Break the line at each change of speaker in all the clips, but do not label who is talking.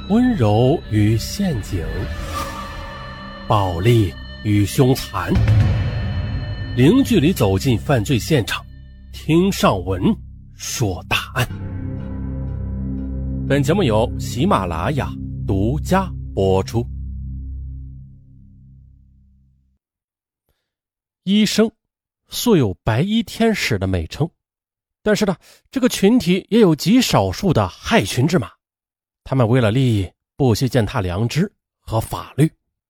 温柔与陷阱，暴力与凶残，零距离走进犯罪现场，听上文说大案。本节目由喜马拉雅独家播出。医生素有白衣天使的美称，但是呢，这个群体也有极少数的害群之马，他们为了利益不惜践踏良知和法律。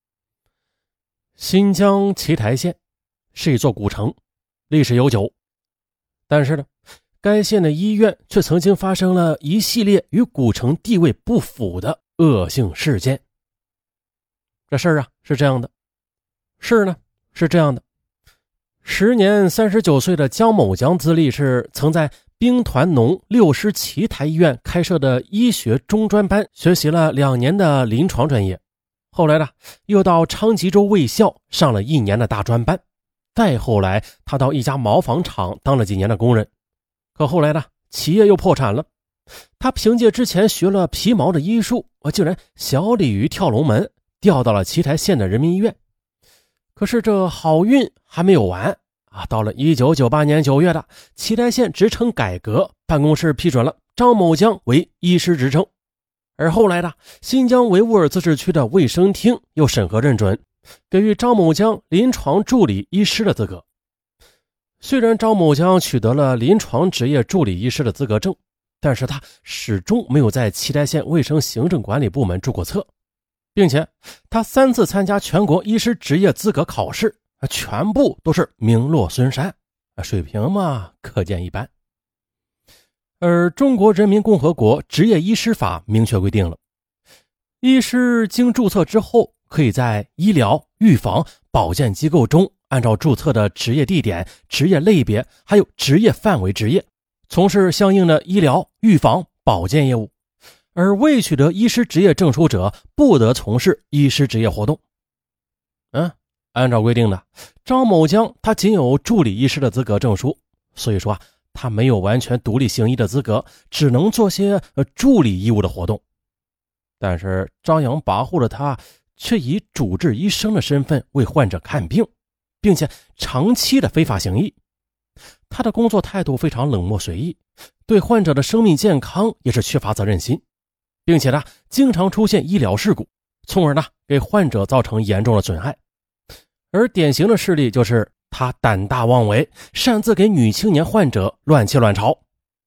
新疆奇台县是一座古城，历史悠久，但是呢，该县的医院却曾经发生了一系列与古城地位不符的恶性事件。这事儿啊是这样的，事呢是这样的。时年39岁的姜某江资历是曾在兵团农六师奇台医院开设的医学中专班学习了2年的临床专业，后来呢又到昌吉州卫校上了1年的大专班，再后来他到一家毛纺厂当了几年的工人。可后来呢企业又破产了，他凭借之前学了皮毛的医术，竟然小鲤鱼跳龙门，调到了奇台县的人民医院。可是这好运还没有完啊！到了1998年9月的奇台县职称改革办公室批准了张某江为医师职称，而后来的新疆维吾尔自治区的卫生厅又审核认准，给予张某江临床助理医师的资格。虽然张某江取得了临床执业助理医师的资格证，但是他始终没有在奇台县卫生行政管理部门注过册，并且他3次参加全国医师执业资格考试，全部都是名落孙山，水平嘛可见一斑。而中国人民共和国执业医师法明确规定了，医师经注册之后，可以在医疗、预防、保健机构中按照注册的职业地点、职业类别还有职业范围执业，从事相应的医疗、预防、保健业务。而未取得医师执业证书者不得从事医师执业活动。按照规定的，张某江他仅有助理医师的资格证书，所以说他没有完全独立行医的资格，只能做些助理义务的活动。但是张扬跋扈的他却以主治医生的身份为患者看病，并且长期的非法行医。他的工作态度非常冷漠随意，对患者的生命健康也是缺乏责任心，并且呢经常出现医疗事故，从而呢给患者造成严重的损害。而典型的事例就是他胆大妄为，擅自给女青年患者乱切卵巢。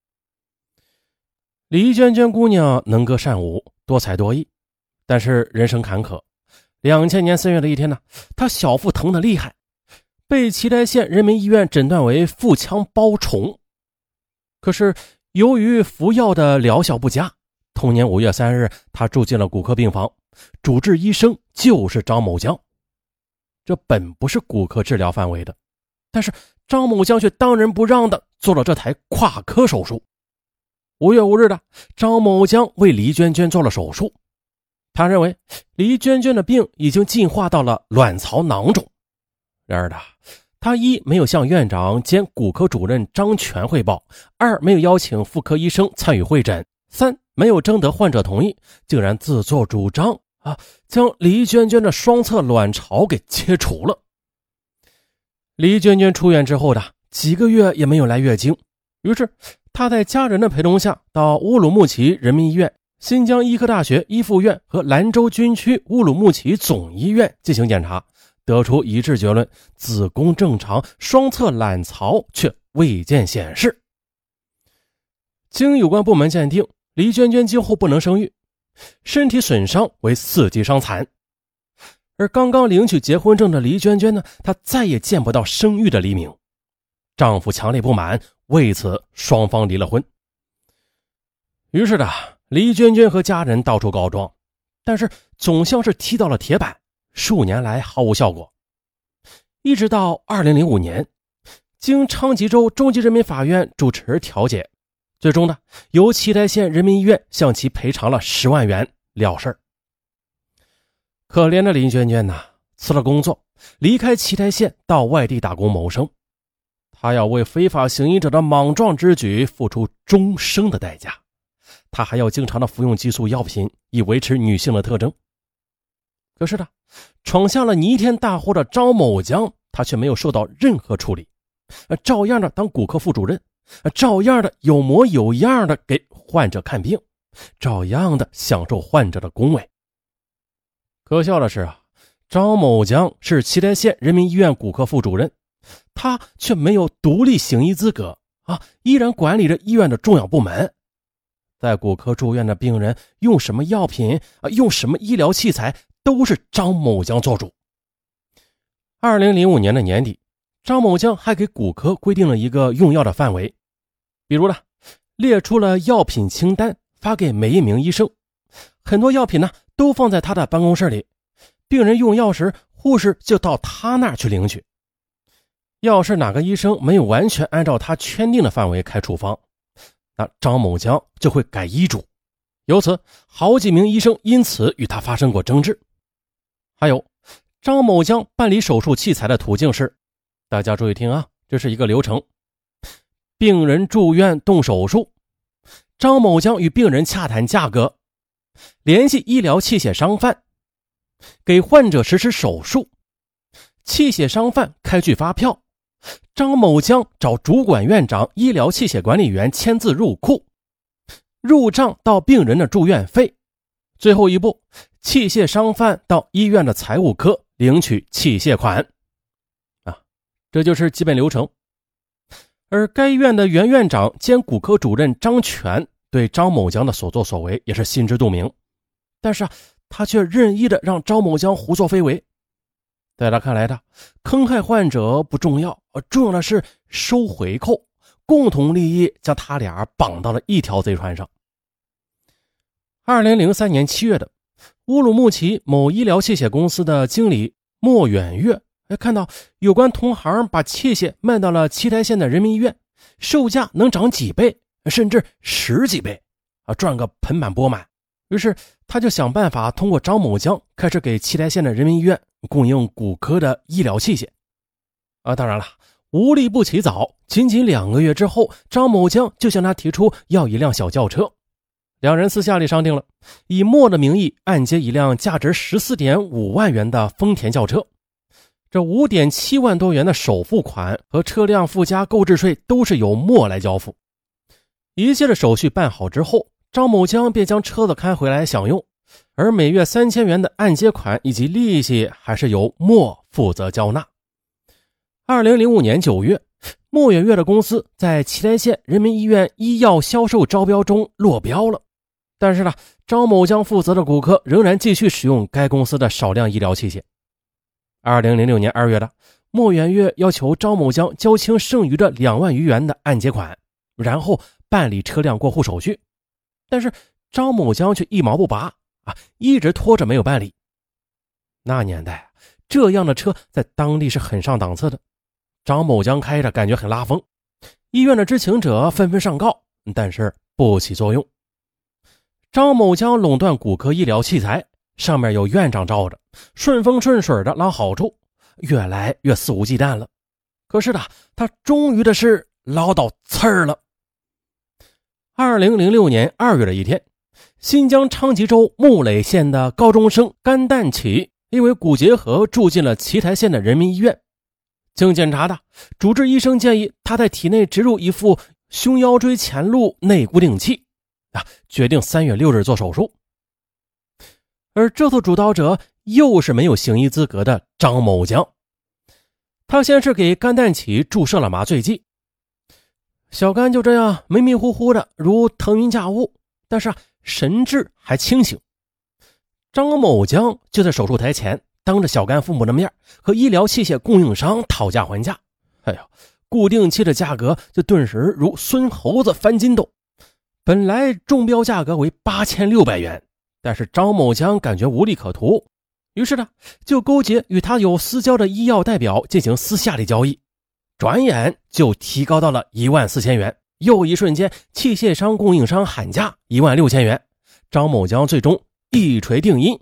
李娟娟姑娘能歌善舞，多才多艺，但是人生坎坷。2000年4月的一天呢，她小腹疼得厉害，被奇台县人民医院诊断为腹腔包虫。可是由于服药的疗效不佳，同年5月3日她住进了骨科病房，主治医生就是张某江。这本不是骨科治疗范围的，但是张某江却当仁不让的做了这台跨科手术。5月5日的张某江为黎娟娟做了手术，他认为黎娟娟的病已经进化到了卵巢囊肿。然而的他一没有向院长兼骨科主任张全汇报，2没有邀请妇科医生参与会诊，3没有征得患者同意，竟然自作主张将黎娟娟的双侧卵巢给切除了。黎娟娟出院之后的几个月也没有来月经，于是她在家人的陪同下到乌鲁木齐人民医院、新疆医科大学医附院和兰州军区乌鲁木齐总医院进行检查，得出一致结论，子宫正常，双侧卵巢却未见显示。经有关部门鉴定，黎娟娟今后不能生育，身体损伤为4级伤残。而刚刚领取结婚证的黎娟娟呢，她再也见不到生育的黎明。丈夫强烈不满，为此双方离了婚。于是的黎娟娟和家人到处告状，但是总像是踢到了铁板，数年来毫无效果。一直到2005年，经昌吉州中级人民法院主持调解，最终呢由奇台县人民医院向其赔偿了10万元了事。可怜的林娟娟辞了工作，离开奇台县到外地打工谋生。她要为非法行医者的莽撞之举付出终生的代价。 他还要经常的服用激素药品，以维持女性的特征。可是呢，闯下了弥天大祸的张某江，他却没有受到任何处理，照样的当骨科副主任，照样的有模有样的给患者看病，照样的享受患者的恭维。可笑的是啊，张某江是七台县人民医院骨科副主任，他却没有独立行医资格啊，依然管理着医院的重要部门。在骨科住院的病人用什么药品用什么医疗器材，都是张某江做主。2005年的年底，张某江还给骨科规定了一个用药的范围，比如呢，列出了药品清单，发给每一名医生。很多药品呢都放在他的办公室里，病人用药时，护士就到他那儿去领取。要是哪个医生没有完全按照他圈定的范围开处方，那张某江就会改医嘱，由此好几名医生因此与他发生过争执。还有张某江办理手术器材的途径是，大家注意听啊，这是一个流程。病人住院动手术，张某江与病人洽谈价格，联系医疗器械商贩，给患者实施手术，器械商贩开具发票，张某江找主管院长、医疗器械管理员签字入库，入账到病人的住院费。最后一步，器械商贩到医院的财务科领取器械款。这就是基本流程。而该院的原院长兼骨科主任张全对张某江的所作所为也是心知肚明，但是他却任意的让张某江胡作非为。在他看来的，坑害患者不重要，重要的是收回扣，共同利益将他俩绑到了一条贼船上。2003年7月的，乌鲁木齐某医疗器械公司的经理莫远月看到有关同行把器械卖到了七台县的人民医院，售价能涨几倍，甚至10几倍，赚个盆满钵满。于是他就想办法通过张某江开始给七台县的人民医院供应骨科的医疗器械。当然了，无利不起早，仅仅2个月之后，张某江就向他提出要一辆小轿车。两人私下里商定了，以莫的名义按揭一辆价值 14.5 万元的丰田轿车。这 5.7 万多元的首付款和车辆附加购置税都是由莫来交付。一切的手续办好之后，张某江便将车子开回来享用，而每月3000元的按揭款以及利息还是由莫负责交纳。2005年9月，莫远月的公司在祁台县人民医院医药销售招标中落标了，但是呢，张某江负责的骨科仍然继续使用该公司的少量医疗器械。2006年2月的，莫远月要求张某江交清剩余的2万余元的按揭款，然后办理车辆过户手续。但是张某江却一毛不拔一直拖着没有办理。那年代这样的车在当地是很上档次的，张某江开着感觉很拉风，医院的知情者纷纷上告，但是不起作用。张某江垄断骨科医疗器材，上面有院长罩着，顺风顺水的捞好处，越来越肆无忌惮了。可是他终于的是捞到刺儿了。2006年2月的一天，新疆昌吉州木垒县的高中生甘旦启因为骨结核住进了祁台县的人民医院。经检查的，主治医生建议他在体内植入一副胸腰椎前路内固定器决定3月6日做手术。而这次主刀者又是没有行医资格的张某江。他先是给甘旦启注射了麻醉剂，小甘就这样迷迷糊糊的如腾云驾雾，但是神志还清醒。张某江就在手术台前当着小甘父母的面和医疗器械供应商讨价还价。固定器的价格就顿时如孙猴子翻筋斗。本来中标价格为8600元，但是张某江感觉无利可图，于是就勾结与他有私交的医药代表进行私下里交易，转眼就提高到了14000元。又一瞬间，器械商供应商喊价16000元，张某江最终一锤定音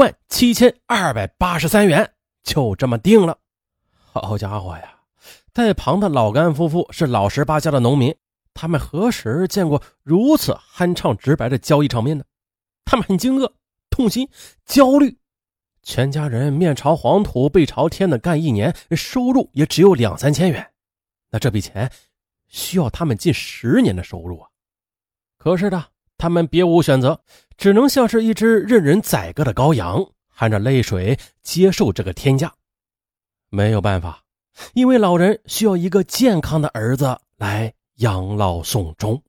17283元，就这么定了。好家伙呀，在旁的老甘夫妇是老实巴交的农民， 他们何时见过如此酣畅直白的交易场面呢？他们很惊愕、痛心、焦虑。全家人面朝黄土背朝天的干一年，收入也只有2-3千元。那这笔钱需要他们近10年的收入啊！可是的，他们别无选择，只能像是一只任人宰割的羔羊，含着泪水接受这个天价。没有办法，因为老人需要一个健康的儿子来养老送终。